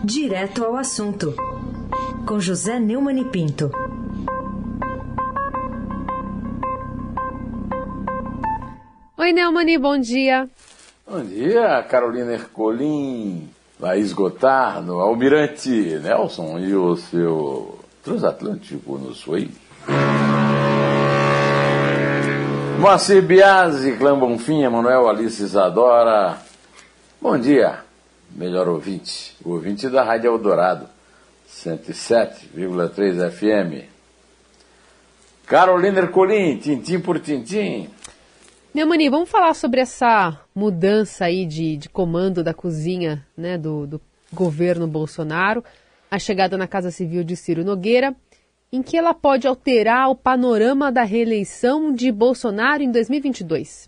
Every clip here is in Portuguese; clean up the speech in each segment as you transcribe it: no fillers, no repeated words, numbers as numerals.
Direto ao assunto, com José Neumann e Pinto. Oi, Neumann, bom dia. Bom dia, Carolina Ercolim, Laís Gotardo, Almirante Nelson e o seu transatlântico no Suíço. Moacir Biasi, Clã Bonfim, Emanuel Alice Isadora. Bom dia, melhor ouvinte, o ouvinte da Rádio Eldorado, 107,3 FM. Carolina Ercolim, tintim por tintim. Neumann, vamos falar sobre essa mudança aí de comando da cozinha, né, do governo Bolsonaro, a chegada na Casa Civil de Ciro Nogueira, em que ela pode alterar o panorama da reeleição de Bolsonaro em 2022.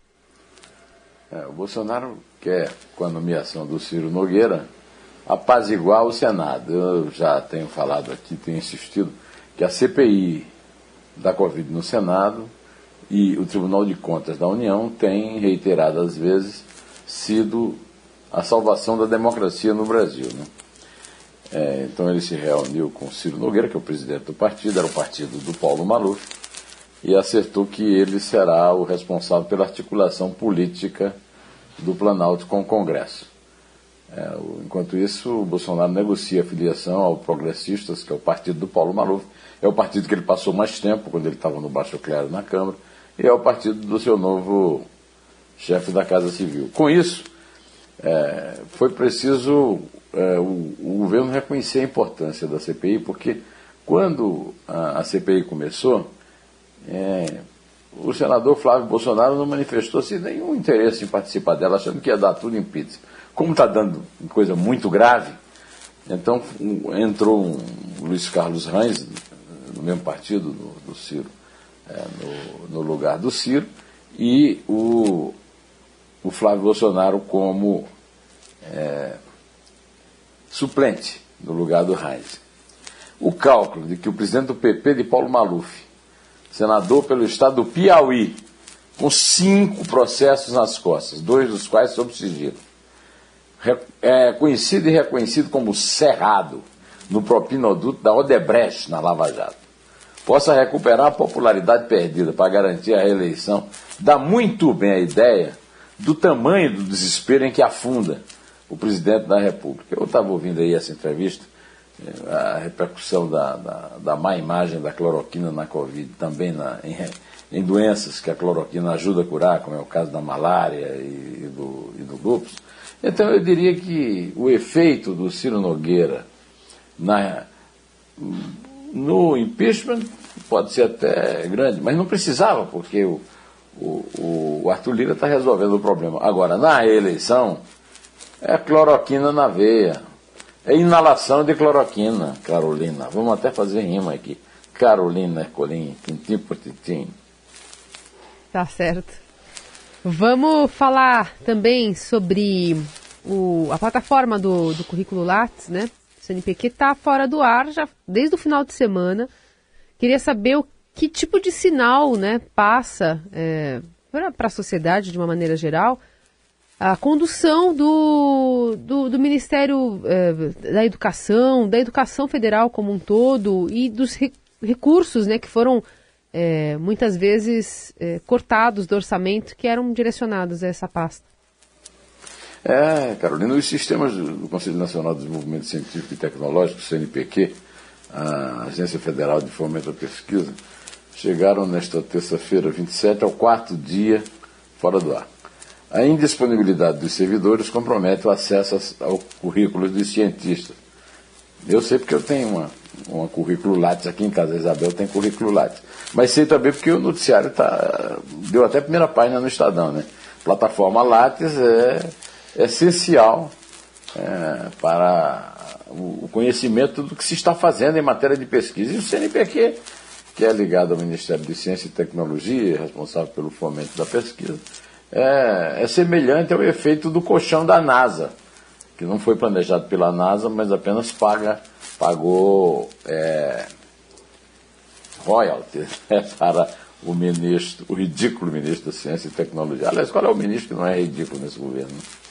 O Bolsonaro quer, com a nomeação do Ciro Nogueira, apaziguar o Senado. Eu já tenho falado aqui, tenho insistido, que a CPI da Covid no Senado e o Tribunal de Contas da União têm, reiteradas vezes, sido a salvação da democracia no Brasil, né? Então ele se reuniu com o Ciro Nogueira, que é o presidente do partido, era o partido do Paulo Maluf, e acertou que ele será o responsável pela articulação política do Planalto com o Congresso. Enquanto isso, o Bolsonaro negocia a filiação ao Progressistas, que é o partido do Paulo Maluf, é o partido que ele passou mais tempo, quando ele estava no Baixo Clero na Câmara, e é o partido do seu novo chefe da Casa Civil. Com isso, foi preciso o governo reconhecer a importância da CPI, porque quando a CPI começou, o senador Flávio Bolsonaro não manifestou-se nenhum interesse em participar dela, achando que ia dar tudo em pizza. Como está dando coisa muito grave, então entrou um Luiz Carlos Reis, no mesmo partido do Ciro, no lugar do Ciro, e o Flávio Bolsonaro como suplente no lugar do Reis. O cálculo de que o presidente do PP, de Paulo Maluf, senador pelo estado do Piauí, com 5 processos nas costas, 2 dos quais sob sigilo, conhecido e reconhecido como cerrado no propinoduto da Odebrecht na Lava Jato, possa recuperar a popularidade perdida para garantir a reeleição, dá muito bem a ideia do tamanho do desespero em que afunda o presidente da República. Eu estava ouvindo aí essa entrevista, a repercussão da má imagem da cloroquina na Covid, também em doenças que a cloroquina ajuda a curar, como é o caso da malária e do lúpus. Então eu diria que o efeito do Ciro Nogueira no impeachment pode ser até grande, mas não precisava, porque o Arthur Lira está resolvendo o problema. Agora, na reeleição, é cloroquina na veia, é inalação de cloroquina, Carolina. Vamos até fazer rima aqui. Carolina Ercolim, tintim por tintim. Tá certo. Vamos falar também sobre a plataforma do Currículo Lattes, né? O CNPq está fora do ar já desde o final de semana. Queria saber que tipo de sinal, né, passa para a sociedade de uma maneira geral a condução do Ministério da Educação Federal como um todo e dos recursos, né, que foram muitas vezes cortados do orçamento que eram direcionados a essa pasta. Carolina, os sistemas do Conselho Nacional de Desenvolvimento Científico e Tecnológico, CNPq, a Agência Federal de Fomento à Pesquisa, chegaram nesta terça-feira, 27, ao 4º dia fora do ar. A indisponibilidade dos servidores compromete o acesso ao currículo dos cientistas. Eu sei porque eu tenho uma currículo Lattes aqui em casa, a Isabel tem currículo Lattes. Mas sei também porque o noticiário deu até a primeira página no Estadão, né? Plataforma Lattes é essencial para o conhecimento do que se está fazendo em matéria de pesquisa. E o CNPq, que é ligado ao Ministério de Ciência e Tecnologia, responsável pelo fomento da pesquisa, é semelhante ao efeito do colchão da NASA, que não foi planejado pela NASA, mas apenas pagou royalties para o ridículo ministro da Ciência e Tecnologia. Aliás, qual é o ministro que não é ridículo nesse governo?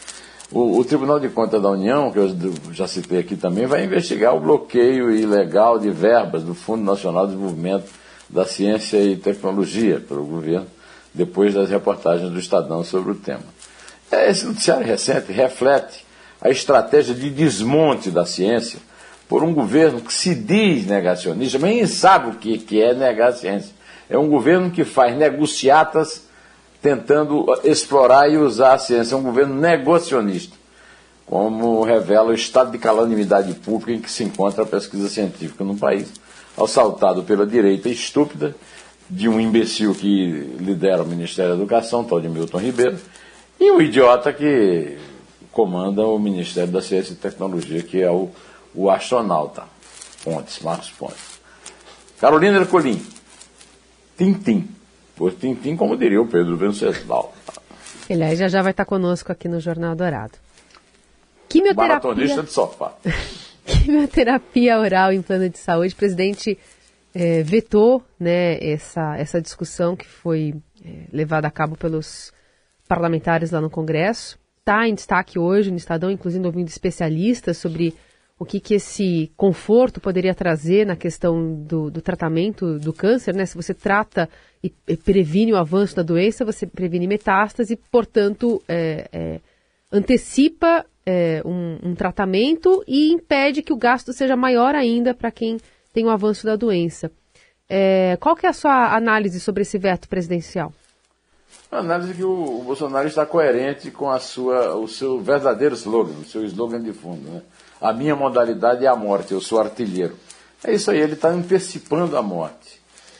O Tribunal de Contas da União, que eu já citei aqui também, vai investigar o bloqueio ilegal de verbas do Fundo Nacional de Desenvolvimento da Ciência e Tecnologia pelo governo, depois das reportagens do Estadão sobre o tema. Esse noticiário recente reflete a estratégia de desmonte da ciência por um governo que se diz negacionista, mas nem sabe o que é negar a ciência. É um governo que faz negociatas tentando explorar e usar a ciência. É um governo negacionista, como revela o estado de calamidade pública em que se encontra a pesquisa científica no país, assaltado pela direita estúpida de um imbecil que lidera o Ministério da Educação, tal de Milton Ribeiro, e um idiota que comanda o Ministério da Ciência e Tecnologia, que é o astronauta Marcos Pontes. Carolina Ercolim, Tintim. Por Tintim, como diria o Pedro Venceslau. Aliás, já vai estar conosco aqui no Jornal Dourado. Quimioterapia... Maratonista de sofá. Quimioterapia oral em plano de saúde. O presidente vetou, né, essa discussão que foi levada a cabo pelos parlamentares lá no Congresso. Está em destaque hoje no Estadão, inclusive ouvindo especialistas sobre o que esse conforto poderia trazer na questão do tratamento do câncer, né? Se você trata e previne o avanço da doença, você previne metástase e, portanto, antecipa um tratamento e impede que o gasto seja maior ainda para quem tem o avanço da doença. Qual que é a sua análise sobre esse veto presidencial? A análise que o Bolsonaro está coerente com o seu verdadeiro slogan, o seu slogan de fundo, né? A minha modalidade é a morte, eu sou artilheiro. É isso aí, ele está antecipando a morte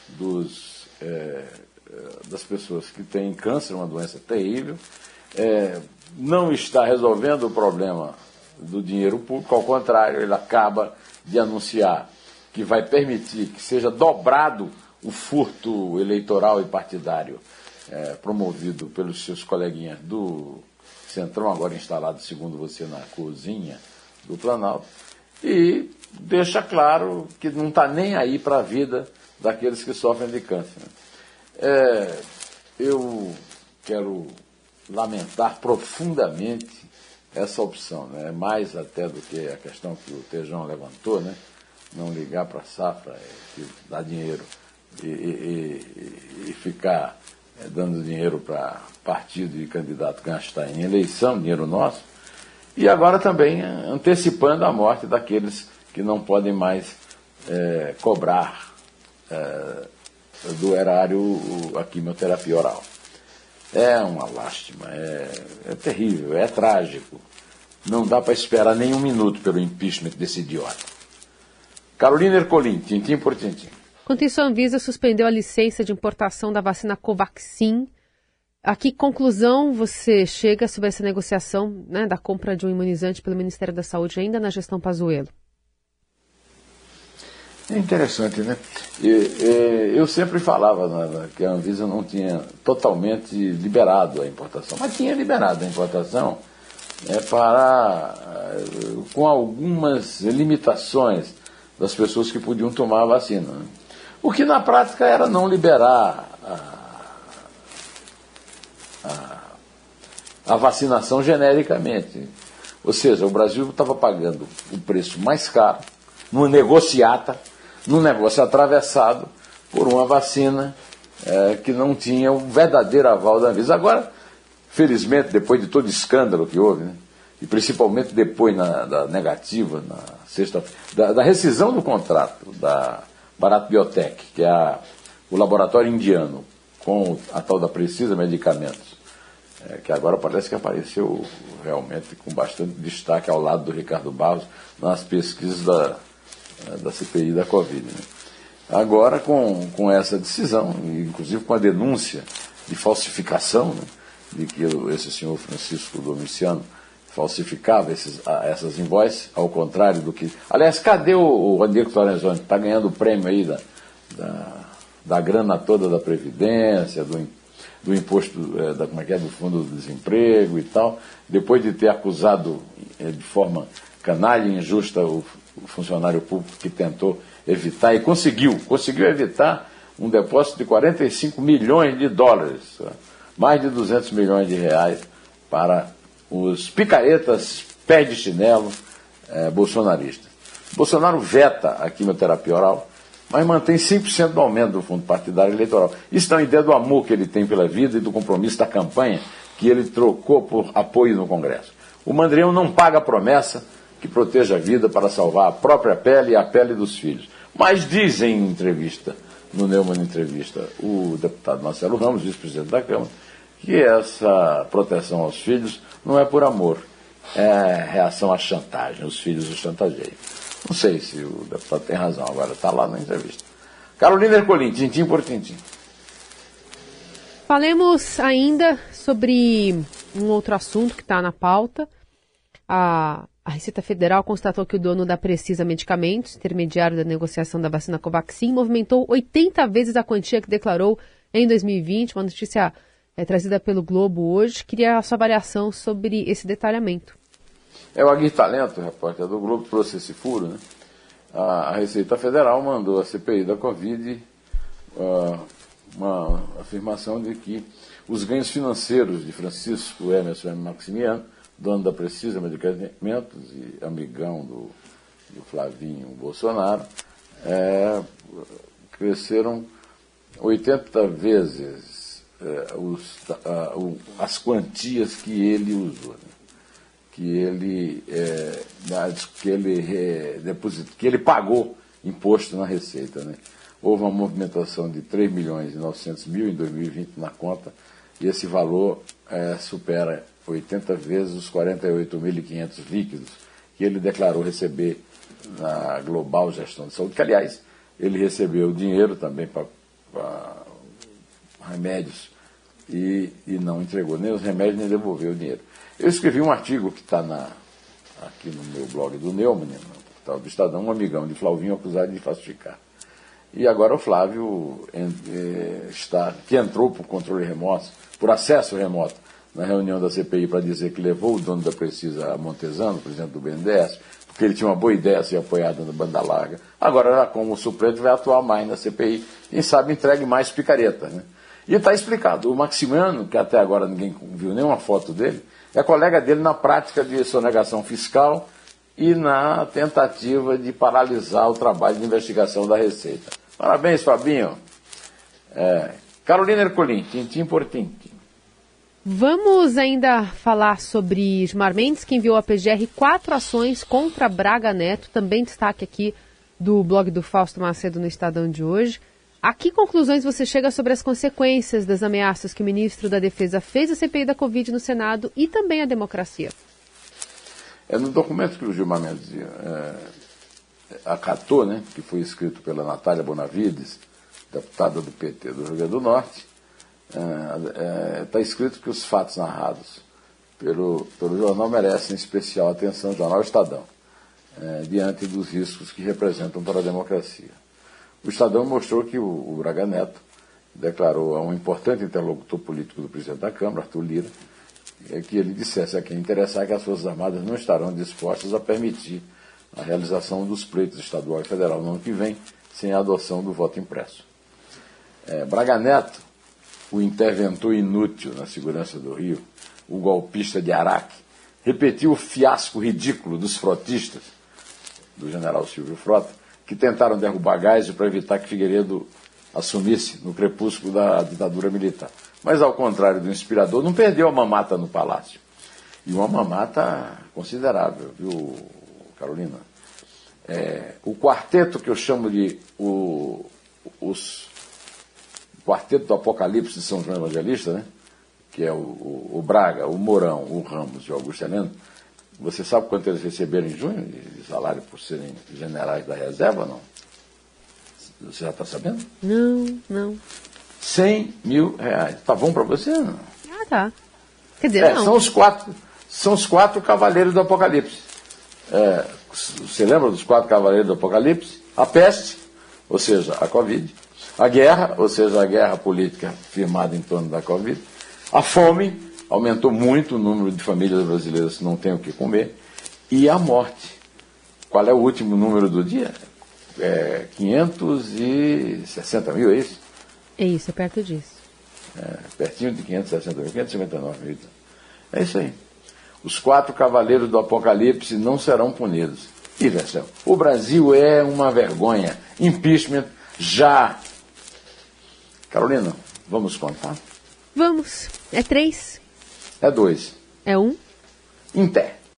das pessoas que têm câncer, uma doença terrível, não está resolvendo o problema do dinheiro público, ao contrário, ele acaba de anunciar que vai permitir que seja dobrado o furto eleitoral e partidário promovido pelos seus coleguinhas do Centrão, agora instalado, segundo você, na cozinha do Planalto, e deixa claro que não está nem aí para a vida daqueles que sofrem de câncer. Eu quero lamentar profundamente essa opção, né? Mais até do que a questão que o Tejão levantou, né? Não ligar para a safra, que dá dinheiro, e ficar dando dinheiro para partido e candidato gastar em eleição, dinheiro nosso, e agora também antecipando a morte daqueles que não podem mais cobrar do erário a quimioterapia oral. É uma lástima, é terrível, é trágico. Não dá para esperar nem um minuto pelo impeachment desse idiota. Carolina Ercolim, tintim por tintim. Enquanto isso, a Anvisa suspendeu a licença de importação da vacina Covaxin. A que conclusão você chega sobre essa negociação, né, da compra de um imunizante pelo Ministério da Saúde ainda na gestão Pazuello? É interessante, né? Eu sempre falava que a Anvisa não tinha totalmente liberado a importação, mas tinha liberado a importação com algumas limitações das pessoas que podiam tomar a vacina, né? O que na prática era não liberar a vacinação genericamente. Ou seja, o Brasil estava pagando o preço mais caro, numa negociata, num negócio atravessado, por uma vacina que não tinha o verdadeiro aval da Anvisa. Agora, felizmente, depois de todo o escândalo que houve, né, e principalmente depois da negativa, na sexta-feira, da rescisão do contrato da Bharat Biotech, que é o laboratório indiano, com a tal da Precisa Medicamentos, que agora parece que apareceu realmente com bastante destaque ao lado do Ricardo Barros nas pesquisas da CPI da Covid, né? Agora, com essa decisão, inclusive com a denúncia de falsificação, né, de que esse senhor Francisco Domiciano falsificava essas invoices, ao contrário do que... Aliás, cadê o André Lorenzoni, que está ganhando o prêmio aí da grana toda da Previdência, do imposto, do Fundo do Desemprego e tal, depois de ter acusado de forma canalha e injusta o funcionário público que tentou evitar e conseguiu evitar um depósito de 45 milhões de dólares, mais de 200 milhões de reais para os picaretas, pé de chinelo, bolsonaristas. Bolsonaro veta a quimioterapia oral, mas mantém 100% do aumento do fundo partidário eleitoral. Isso dá uma ideia do amor que ele tem pela vida e do compromisso da campanha que ele trocou por apoio no Congresso. O Mandrião não paga a promessa que proteja a vida para salvar a própria pele e a pele dos filhos. Mas diz em entrevista, no Neumann Entrevista, o deputado Marcelo Ramos, vice-presidente da Câmara, que essa proteção aos filhos não é por amor, é reação à chantagem, os filhos o chantageiam. Não sei se o deputado tem razão, agora está lá na entrevista. Carolina Ercolim, tintim por tintim. Falemos ainda sobre um outro assunto que está na pauta. A Receita Federal constatou que o dono da Precisa Medicamentos, intermediário da negociação da vacina Covaxin, movimentou 80 vezes a quantia que declarou em 2020, uma notícia trazida pelo Globo hoje. Queria a sua avaliação sobre esse detalhamento. O Aguir Talento, repórter do Globo, trouxe esse furo, né? A Receita Federal mandou à CPI da Covid uma afirmação de que os ganhos financeiros de Francisco Emerson Maximiano, dono da Precisa Medicamentos e amigão do Flavinho Bolsonaro, cresceram 80 vezes as quantias que ele usou, né? que ele pagou imposto na Receita, né? Houve uma movimentação de 3 milhões e 900 mil em 2020 na conta, e esse valor supera 80 vezes os 48.500 líquidos que ele declarou receber na Global Gestão de Saúde, que, aliás, ele recebeu dinheiro também para remédios e não entregou nem os remédios, nem devolveu o dinheiro. Eu escrevi um artigo que está aqui no meu blog do Neumann, do Estadão, um amigão de Flavinho acusado de falsificar. E agora o Flávio que entrou por controle remoto, por acesso remoto, na reunião da CPI para dizer que levou o dono da Precisa a Montesano, presidente do BNDES, porque ele tinha uma boa ideia a ser apoiado na banda larga. Agora, como suplente, vai atuar mais na CPI. Quem sabe entregue mais picareta, né? E está explicado. O Maximiano, que até agora ninguém viu nenhuma foto dele, é colega dele na prática de sonegação fiscal e na tentativa de paralisar o trabalho de investigação da Receita. Parabéns, Fabinho. Carolina Ercolim, tintim por tintim. Vamos ainda falar sobre Gilmar Mendes, que enviou à PGR 4 ações contra Braga Neto, também destaque aqui do blog do Fausto Macedo no Estadão de hoje. A que conclusões você chega sobre as consequências das ameaças que o ministro da Defesa fez à CPI da Covid no Senado e também à democracia? No documento que o Gilmar Mendes acatou, né, que foi escrito pela Natália Bonavides, deputada do PT do Rio Grande do Norte, está escrito que os fatos narrados pelo jornal merecem especial atenção, jornal Estadão, diante dos riscos que representam para a democracia. O Estadão mostrou que o Braga Neto declarou a um importante interlocutor político do presidente da Câmara, Arthur Lira, que ele dissesse a quem interessar que as Forças Armadas não estarão dispostas a permitir a realização dos pleitos estadual e federal no ano que vem, sem a adoção do voto impresso. Braga Neto, o interventor inútil na segurança do Rio, o golpista de Araque, repetiu o fiasco ridículo dos frotistas, do general Silvio Frota, que tentaram derrubar Geisel para evitar que Figueiredo assumisse no crepúsculo da ditadura militar. Mas, ao contrário do inspirador, não perdeu a mamata no palácio. E uma mamata considerável, viu, Carolina? O quarteto que eu chamo de o quarteto do Apocalipse de São João Evangelista, né? Que é o Braga, o Mourão, o Ramos e o Augusto Heleno. Você sabe quanto eles receberam em junho de salário por serem generais da reserva, não? Você já está sabendo? Não. 100 mil reais. Tá bom para você? Não? Ah, tá. Quer dizer, não. São os 4 cavaleiros do Apocalipse. Você lembra dos 4 cavaleiros do Apocalipse? A peste, ou seja, a Covid. A guerra, ou seja, a guerra política firmada em torno da Covid. A fome, aumentou muito o número de famílias brasileiras que não têm o que comer. E a morte. Qual é o último número do dia? 560 mil, é isso? É isso, é perto disso. Pertinho de 560 mil, 559 mil. É isso aí. Os 4 cavaleiros do Apocalipse não serão punidos. E, Marcelo, o Brasil é uma vergonha. Impeachment já. Carolina, vamos contar? Vamos. É 3. É 2. É 1. Em pé.